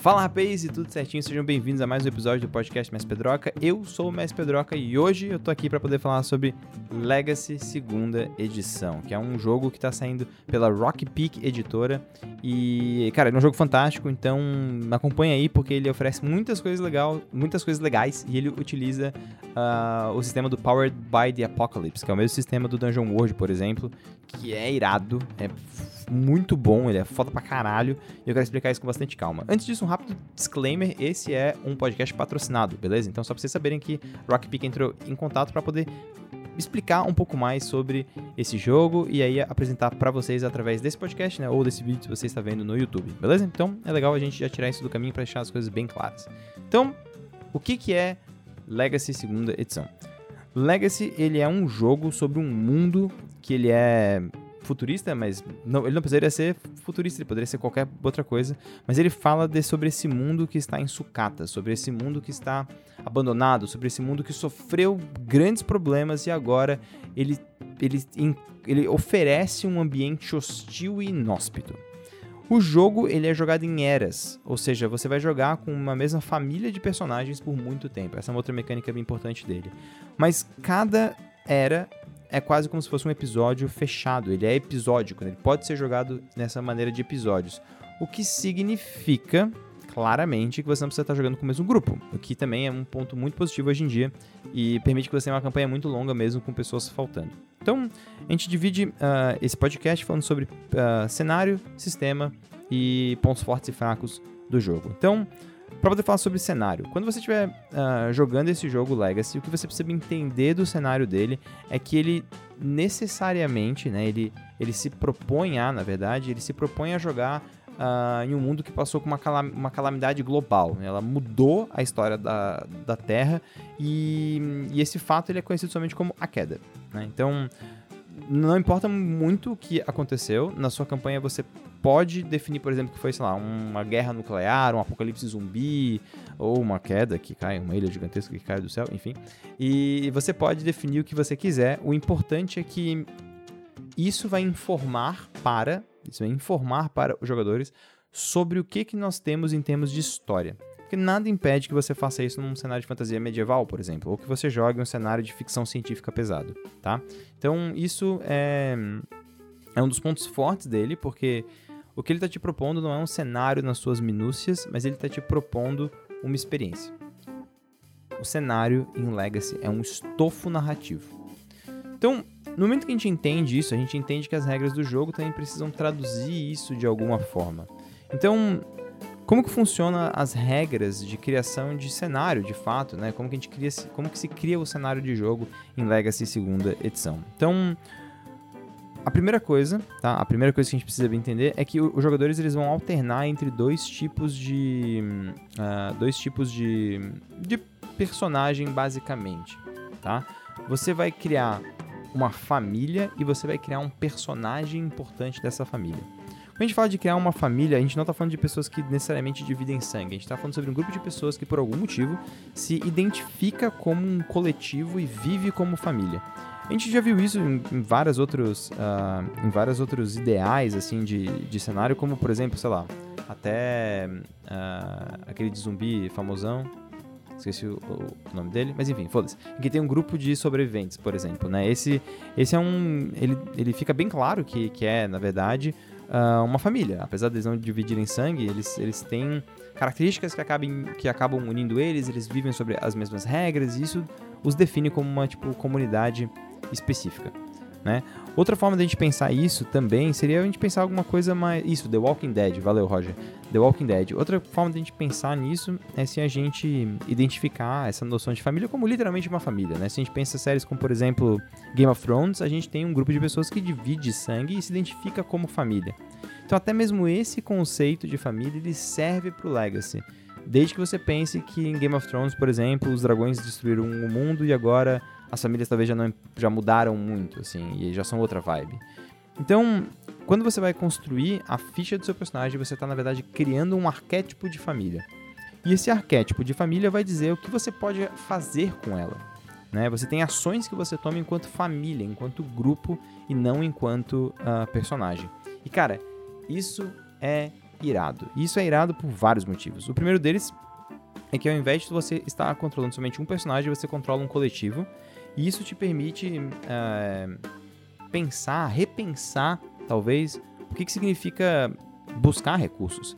Fala rapaz e tudo certinho, sejam bem-vindos a mais um episódio do podcast Mestre Pedroca. Eu sou o Mestre Pedroca e hoje eu tô aqui para poder falar sobre Legacy segunda edição, que é um jogo que tá saindo pela Rock Peak Editora e, cara, ele é um jogo fantástico, então acompanha aí porque ele oferece muitas coisas legais e ele utiliza o sistema do Powered by the Apocalypse, que é o mesmo sistema do Dungeon World, por exemplo, que é irado, é muito bom, ele é foda pra caralho e eu quero explicar isso com bastante calma. Antes disso, um rápido disclaimer, esse é um podcast patrocinado, beleza? Então só pra vocês saberem que Rock Peak entrou em contato pra poder explicar um pouco mais sobre esse jogo e aí apresentar pra vocês através desse podcast, né, ou desse vídeo que você está vendo no YouTube, beleza? Então é legal a gente já tirar isso do caminho pra deixar as coisas bem claras. Então, o que é Legacy segunda edição? Legacy, ele é um jogo sobre um mundo que ele é futurista, mas ele não precisaria ser futurista, ele poderia ser qualquer outra coisa, mas ele fala sobre esse mundo que está em sucata, sobre esse mundo que está abandonado, sobre esse mundo que sofreu grandes problemas e agora ele oferece um ambiente hostil e inóspito. O jogo ele é jogado em eras, ou seja, você vai jogar com uma mesma família de personagens por muito tempo. Essa é uma outra mecânica bem importante dele. Mas cada era é quase como se fosse um episódio fechado, ele é episódico, ele pode ser jogado nessa maneira de episódios, o que significa claramente que você não precisa estar jogando com o mesmo grupo, o que também é um ponto muito positivo hoje em dia e permite que você tenha uma campanha muito longa mesmo com pessoas faltando. Então, a gente divide esse podcast falando sobre cenário, sistema e pontos fortes e fracos do jogo. Então, para poder falar sobre cenário, quando você estiver jogando esse jogo Legacy, o que você precisa entender do cenário dele é que ele necessariamente, né, ele se propõe a jogar em um mundo que passou por uma calamidade global. Ela mudou a história da Terra e esse fato ele é conhecido somente como a Queda, né? Então, não importa muito o que aconteceu, na sua campanha você pode definir, por exemplo, que foi, sei lá, uma guerra nuclear, um apocalipse zumbi, ou uma queda que cai, uma ilha gigantesca que cai do céu, enfim. E você pode definir o que você quiser. O importante é que isso vai informar para os jogadores sobre o que nós temos em termos de história. Porque nada impede que você faça isso num cenário de fantasia medieval, por exemplo, ou que você jogue um cenário de ficção científica pesado, tá? Então, isso é um dos pontos fortes dele, porque o que ele está te propondo não é um cenário nas suas minúcias, mas ele está te propondo uma experiência. O cenário em Legacy é um estofo narrativo. Então, no momento que a gente entende isso, a gente entende que as regras do jogo também precisam traduzir isso de alguma forma. Então, como que funciona as regras de criação de cenário, de fato, né? Como que se cria o cenário de jogo em Legacy segunda edição? Então, a primeira coisa que a gente precisa entender é que os jogadores eles vão alternar entre dois tipos de personagem, basicamente, tá? Você vai criar uma família e você vai criar um personagem importante dessa família. Quando a gente fala de criar uma família, a gente não está falando de pessoas que necessariamente dividem sangue. A gente está falando sobre um grupo de pessoas que, por algum motivo, se identifica como um coletivo e vive como família. A gente já viu isso em vários outros ideais assim, de cenário, como, por exemplo, sei lá, até aquele de zumbi famosão, esqueci o nome dele, mas enfim, foda-se. Aqui tem um grupo de sobreviventes, por exemplo, né? Esse é ele fica bem claro que é, na verdade, uma família. Apesar de eles não dividirem sangue, eles têm características que acabam unindo eles vivem sobre as mesmas regras, e isso os define como uma comunidade específica, né? Outra forma de a gente pensar isso também seria a gente pensar alguma coisa mais... Isso, The Walking Dead, valeu, Roger. The Walking Dead. Outra forma de a gente pensar nisso é se a gente identificar essa noção de família como literalmente uma família, né? Se a gente pensa em séries como, por exemplo, Game of Thrones, a gente tem um grupo de pessoas que divide sangue e se identifica como família. Então, até mesmo esse conceito de família, ele serve pro Legacy. Desde que você pense que em Game of Thrones, por exemplo, os dragões destruíram o mundo e agora as famílias talvez já mudaram muito, assim, e já são outra vibe. Então, quando você vai construir a ficha do seu personagem, você está, na verdade, criando um arquétipo de família. E esse arquétipo de família vai dizer o que você pode fazer com ela, né? Você tem ações que você toma enquanto família, enquanto grupo, e não enquanto personagem. E, cara, isso é irado. E isso é irado por vários motivos. O primeiro deles é que ao invés de você estar controlando somente um personagem, você controla um coletivo. E isso te permite repensar, talvez, o que significa buscar recursos.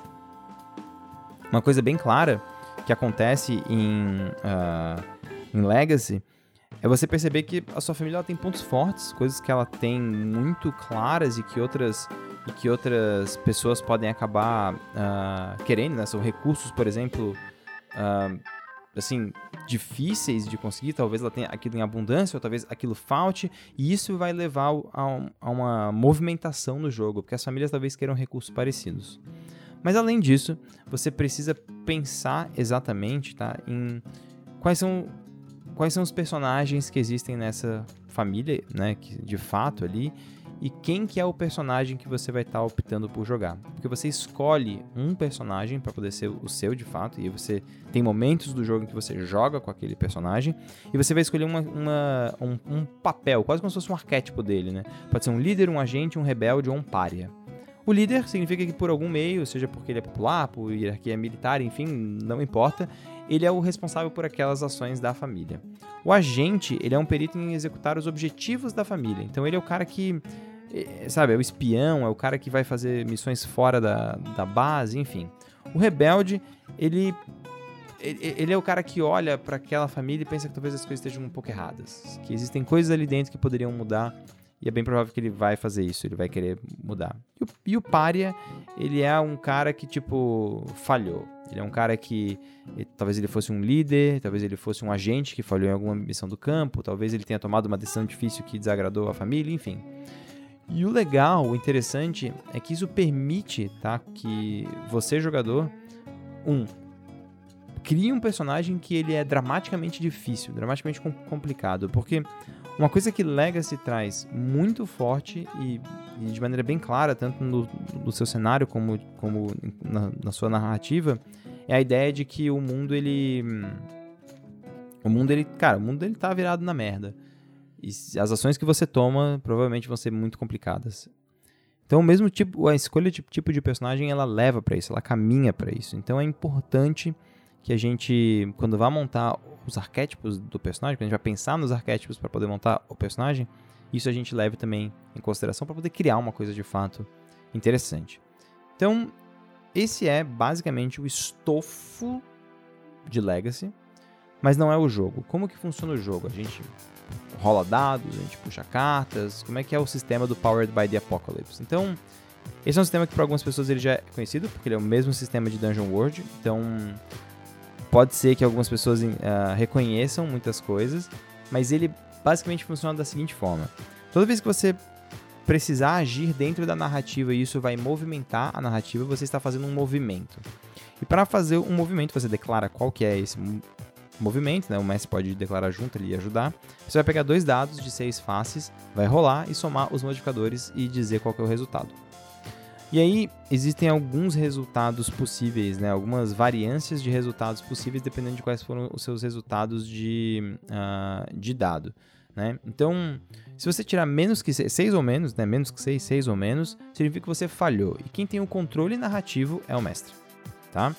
Uma coisa bem clara que acontece em Legacy é você perceber que a sua família ela tem pontos fortes, coisas que ela tem muito claras e que outras pessoas podem acabar querendo, né? São recursos, por exemplo, assim, difíceis de conseguir. Talvez ela tenha aquilo em abundância, ou talvez aquilo falte, e isso vai levar a uma movimentação no jogo, porque as famílias talvez queiram recursos parecidos. Mas além disso, você precisa pensar exatamente, tá, em quais são os personagens que existem nessa família, né, que, de fato ali, e quem que é o personagem que você vai estar optando por jogar. Porque você escolhe um personagem para poder ser o seu de fato, e você tem momentos do jogo em que você joga com aquele personagem, e você vai escolher um papel, quase como se fosse um arquétipo dele, né? Pode ser um líder, um agente, um rebelde ou um pária. O líder significa que por algum meio, seja porque ele é popular, por hierarquia militar, enfim, não importa, ele é o responsável por aquelas ações da família. O agente, ele é um perito em executar os objetivos da família. Então ele é o cara que, sabe, é o espião, é o cara que vai fazer missões fora da base, enfim. O rebelde, ele é o cara que olha para aquela família e pensa que talvez as coisas estejam um pouco erradas, que existem coisas ali dentro que poderiam mudar. E é bem provável que ele vai fazer isso, ele vai querer mudar. E o pária, ele é um cara que, tipo, falhou. Ele é um cara que, talvez ele fosse um líder, talvez ele fosse um agente que falhou em alguma missão do campo, talvez ele tenha tomado uma decisão difícil que desagradou a família, enfim. E o legal, o interessante, é que isso permite, tá, que você, jogador, crie um personagem que ele é dramaticamente difícil, dramaticamente complicado, porque uma coisa que Legacy traz muito forte e de maneira bem clara, tanto no seu cenário como na sua narrativa, é a ideia de que o mundo ele tá virado na merda. E as ações que você toma provavelmente vão ser muito complicadas. Então, o mesmo tipo, a escolha de tipo de personagem, ela leva para isso, ela caminha para isso. Então, é importante que a gente, quando vai montar os arquétipos do personagem, quando a gente vai pensar nos arquétipos para poder montar o personagem, isso a gente leve também em consideração para poder criar uma coisa de fato interessante. Então, esse é basicamente o estofo de Legacy, mas não é o jogo. Como que funciona o jogo? A gente rola dados, a gente puxa cartas, como é que é o sistema do Powered by the Apocalypse? Então, esse é um sistema que para algumas pessoas ele já é conhecido, porque ele é o mesmo sistema de Dungeon World, então pode ser que algumas pessoas reconheçam muitas coisas, mas ele basicamente funciona da seguinte forma. Toda vez que você precisar agir dentro da narrativa e isso vai movimentar a narrativa, você está fazendo um movimento. E para fazer um movimento, você declara qual que é esse movimento, né? O mestre pode declarar junto ali e ajudar. Você vai pegar 2 dados de 6 faces, vai rolar e somar os modificadores e dizer qual que é o resultado. E aí, existem alguns resultados possíveis, né? Algumas variâncias de resultados possíveis, dependendo de quais foram os seus resultados de dado, né? Então, se você tirar menos que 6 ou menos, né? Menos que 6 ou menos, significa que você falhou. E quem tem o controle narrativo é o mestre, tá?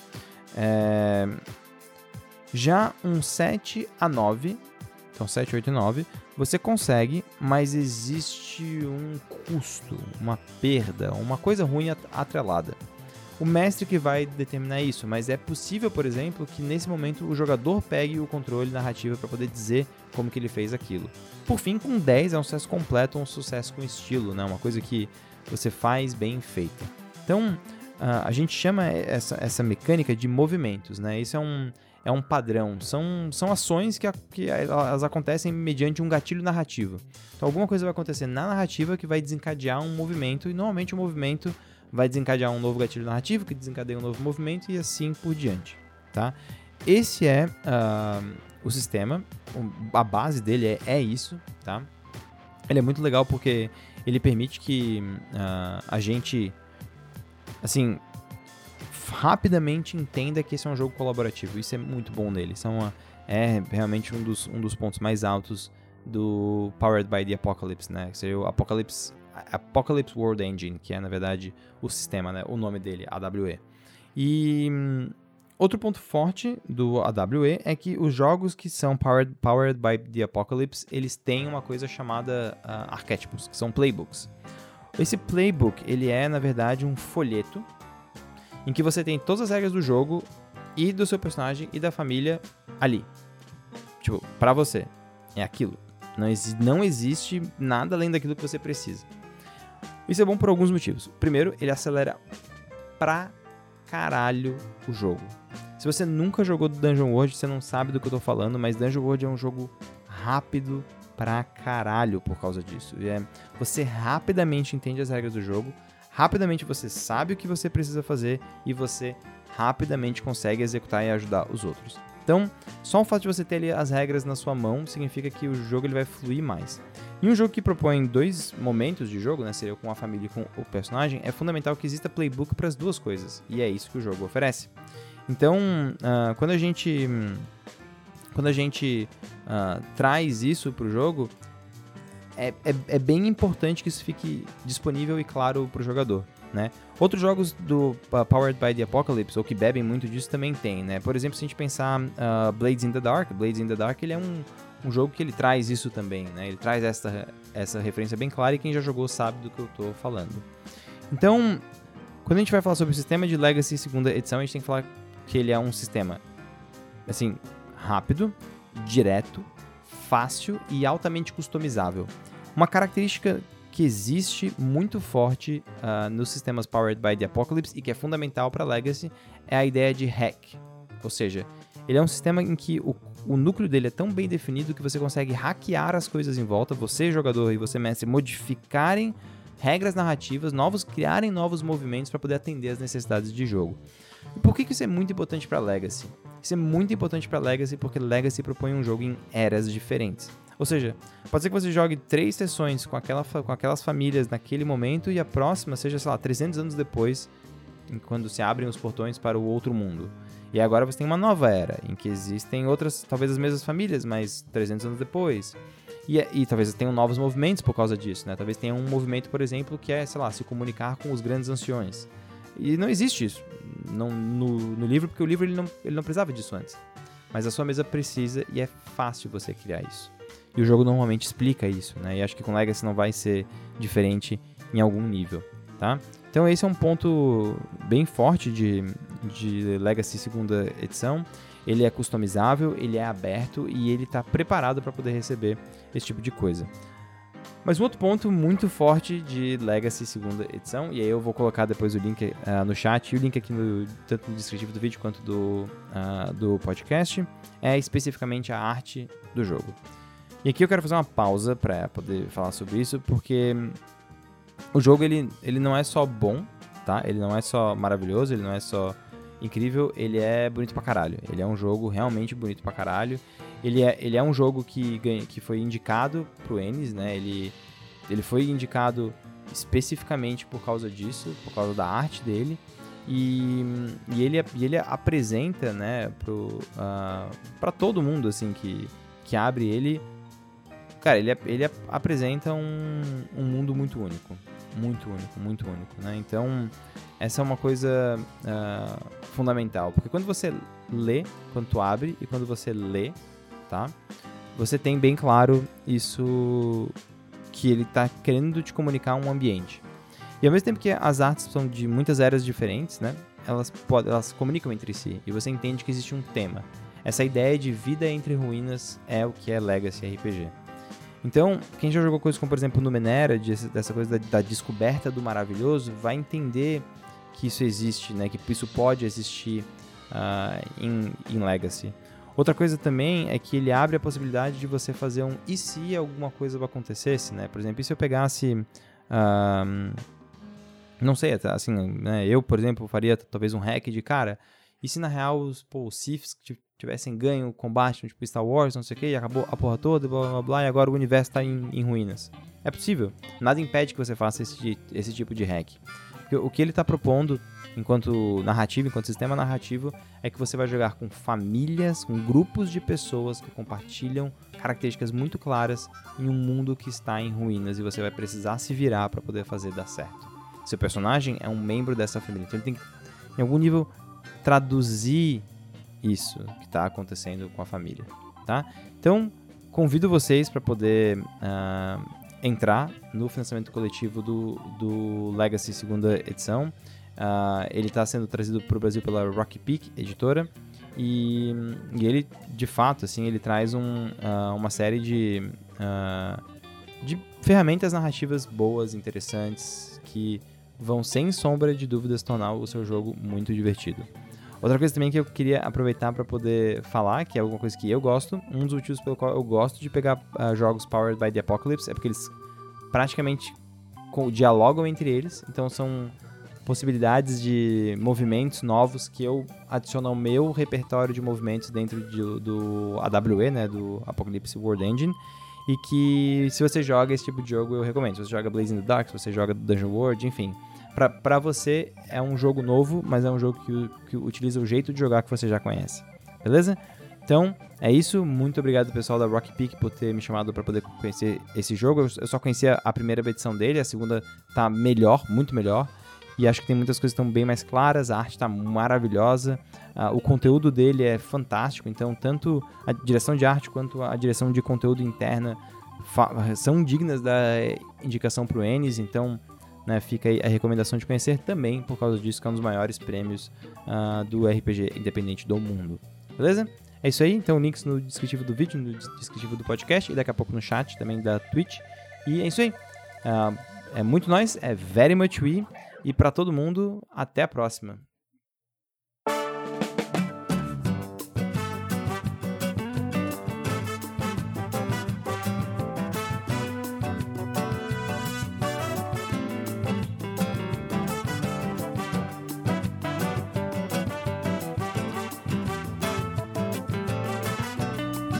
Já um 7 a 9, então 7, 8 e 9, você consegue, mas existe um custo, uma perda, uma coisa ruim atrelada. O mestre que vai determinar isso, mas é possível, por exemplo, que nesse momento o jogador pegue o controle narrativo para poder dizer como que ele fez aquilo. Por fim, com 10 é um sucesso completo, um sucesso com estilo, né? Uma coisa que você faz bem feita. Então, a gente chama essa mecânica de movimentos, né? Isso é um padrão, são ações que elas acontecem mediante um gatilho narrativo. Então alguma coisa vai acontecer na narrativa que vai desencadear um movimento, e normalmente o movimento vai desencadear um novo gatilho narrativo, que desencadeia um novo movimento e assim por diante, tá? Esse é o sistema, a base dele é isso, tá? Ele é muito legal porque ele permite que a gente, assim, rapidamente entenda que esse é um jogo colaborativo. Isso é muito bom nele. É realmente um dos pontos mais altos do Powered by the Apocalypse, né? Seria o Apocalypse Apocalypse World Engine, que é, na verdade, o sistema, né? O nome dele, AWE. E outro ponto forte do AWE é que os jogos que são powered by the Apocalypse, eles têm uma coisa chamada arquétipos, que são playbooks. Esse playbook, ele é, na verdade, um folheto em que você tem todas as regras do jogo e do seu personagem e da família ali. Tipo, pra você. É aquilo. Não existe nada além daquilo que você precisa. Isso é bom por alguns motivos. Primeiro, ele acelera pra caralho o jogo. Se você nunca jogou Dungeon World, você não sabe do que eu tô falando, mas Dungeon World é um jogo rápido pra caralho por causa disso. Você rapidamente entende as regras do jogo, rapidamente você sabe o que você precisa fazer e você rapidamente consegue executar e ajudar os outros. Então, só o fato de você ter ali as regras na sua mão significa que o jogo ele vai fluir mais. E um jogo que propõe 2 momentos de jogo, né, seria com a família e com o personagem, é fundamental que exista playbook para as duas coisas. E é isso que o jogo oferece. Então, quando a gente traz isso para o jogo, é bem importante que isso fique disponível e claro para o jogador, né? Outros jogos do Powered by the Apocalypse, ou que bebem muito disso, também tem, né? Por exemplo, se a gente pensar Blades in the Dark, ele é um jogo que ele traz isso também, né? Ele traz essa referência bem clara e quem já jogou sabe do que eu estou falando. Então, quando a gente vai falar sobre o sistema de Legacy segunda edição, a gente tem que falar que ele é um sistema, assim, rápido, direto, fácil e altamente customizável. Uma característica que existe muito forte nos sistemas Powered by the Apocalypse e que é fundamental para Legacy é a ideia de hack. Ou seja, ele é um sistema em que o núcleo dele é tão bem definido que você consegue hackear as coisas em volta, você jogador e você mestre modificarem regras narrativas, criarem novos movimentos para poder atender às necessidades de jogo. E por que isso é muito importante para Legacy? Isso é muito importante para Legacy porque Legacy propõe um jogo em eras diferentes. Ou seja, pode ser que você jogue 3 sessões com aquelas famílias naquele momento e a próxima seja, sei lá, 300 anos depois, quando se abrem os portões para o outro mundo. E agora você tem uma nova era, em que existem outras, talvez as mesmas famílias, mas 300 anos depois. E talvez tenham novos movimentos por causa disso, né? Talvez tenha um movimento, por exemplo, que é, sei lá, se comunicar com os grandes anciões. E não existe isso no livro, porque o livro ele não precisava disso antes. Mas a sua mesa precisa e é fácil você criar isso. E o jogo normalmente explica isso, né? E acho que com Legacy não vai ser diferente em algum nível, tá? Então esse é um ponto bem forte de Legacy segunda edição. Ele é customizável, ele é aberto e ele está preparado para poder receber esse tipo de coisa. Mas um outro ponto muito forte de Legacy segunda edição, e aí eu vou colocar depois o link no chat e o link aqui tanto no descritivo do vídeo quanto do podcast, é especificamente a arte do jogo. E aqui eu quero fazer uma pausa para poder falar sobre isso, porque o jogo ele não é só bom, tá? Ele não é só maravilhoso, ele não é só incrível, ele é bonito pra caralho. Ele é um jogo realmente bonito pra caralho. Ele é um jogo que foi indicado pro Ennis, né? Ele foi indicado especificamente por causa disso, por causa da arte dele. E ele apresenta, né, pra todo mundo, assim, que abre ele. Cara, ele apresenta um mundo muito único. Muito único, muito único, né? Então, essa é uma coisa fundamental. Porque quando você lê, quando tu abre e quando você lê, tá? Você tem bem claro isso, que ele tá querendo te comunicar um ambiente. E ao mesmo tempo que as artes são de muitas eras diferentes, né? Elas comunicam entre si. E você entende que existe um tema. Essa ideia de vida entre ruínas é o que é Legacy RPG. Então, quem já jogou coisas como, por exemplo, Numenera, dessa coisa da descoberta do maravilhoso, vai entender que isso existe, né? Que isso pode existir em Legacy. Outra coisa também é que ele abre a possibilidade de você fazer e se alguma coisa acontecesse, né? Por exemplo, e se eu pegasse... não sei, assim, né? Eu, por exemplo, faria talvez um hack de, cara, e se na real os Siths tivessem ganho o combate, tipo Star Wars, não sei o que, e acabou a porra toda, blá blá blá, e agora o universo tá em ruínas. É possível. Nada impede que você faça esse tipo de hack. Porque o que ele tá propondo enquanto sistema narrativo, é que você vai jogar com famílias, com grupos de pessoas que compartilham características muito claras em um mundo que está em ruínas e você vai precisar se virar para poder fazer dar certo. Seu personagem é um membro dessa família, então ele tem que, em algum nível, traduzir isso que está acontecendo com a família, tá? Então, convido vocês para poder entrar no financiamento coletivo do Legacy segunda edição. Ele está sendo trazido para o Brasil pela Rocky Peak editora e ele, de fato, assim, ele traz uma série de ferramentas narrativas boas, interessantes, que vão, sem sombra de dúvidas, tornar o seu jogo muito divertido. Outra coisa também que eu queria aproveitar para poder falar, que é alguma coisa que eu gosto, um dos motivos pelo qual eu gosto de pegar jogos Powered by the Apocalypse é porque eles praticamente dialogam entre eles, então são possibilidades de movimentos novos que eu adiciono ao meu repertório de movimentos dentro do AWE, né, do Apocalypse World Engine, e que se você joga esse tipo de jogo eu recomendo. Se você joga Blazing the Dark, se você joga Dungeon World, enfim, pra você é um jogo novo, mas é um jogo que utiliza o jeito de jogar que você já conhece, beleza? Então, é isso. Muito obrigado, pessoal da Rocky Peak, por ter me chamado para poder conhecer esse jogo. Eu só conhecia a primeira edição dele, a segunda tá melhor, muito melhor. E acho que tem muitas coisas que estão bem mais claras, a arte está maravilhosa, o conteúdo dele é fantástico, então tanto a direção de arte quanto a direção de conteúdo interna são dignas da indicação para o Ennis, então, né, fica aí a recomendação de conhecer também, por causa disso, que é um dos maiores prêmios do RPG independente do mundo. Beleza? É isso aí, então links no descritivo do vídeo, no descritivo do podcast e daqui a pouco no chat também da Twitch. E é isso aí. É muito nóis, é very much we. E para todo mundo, até a próxima.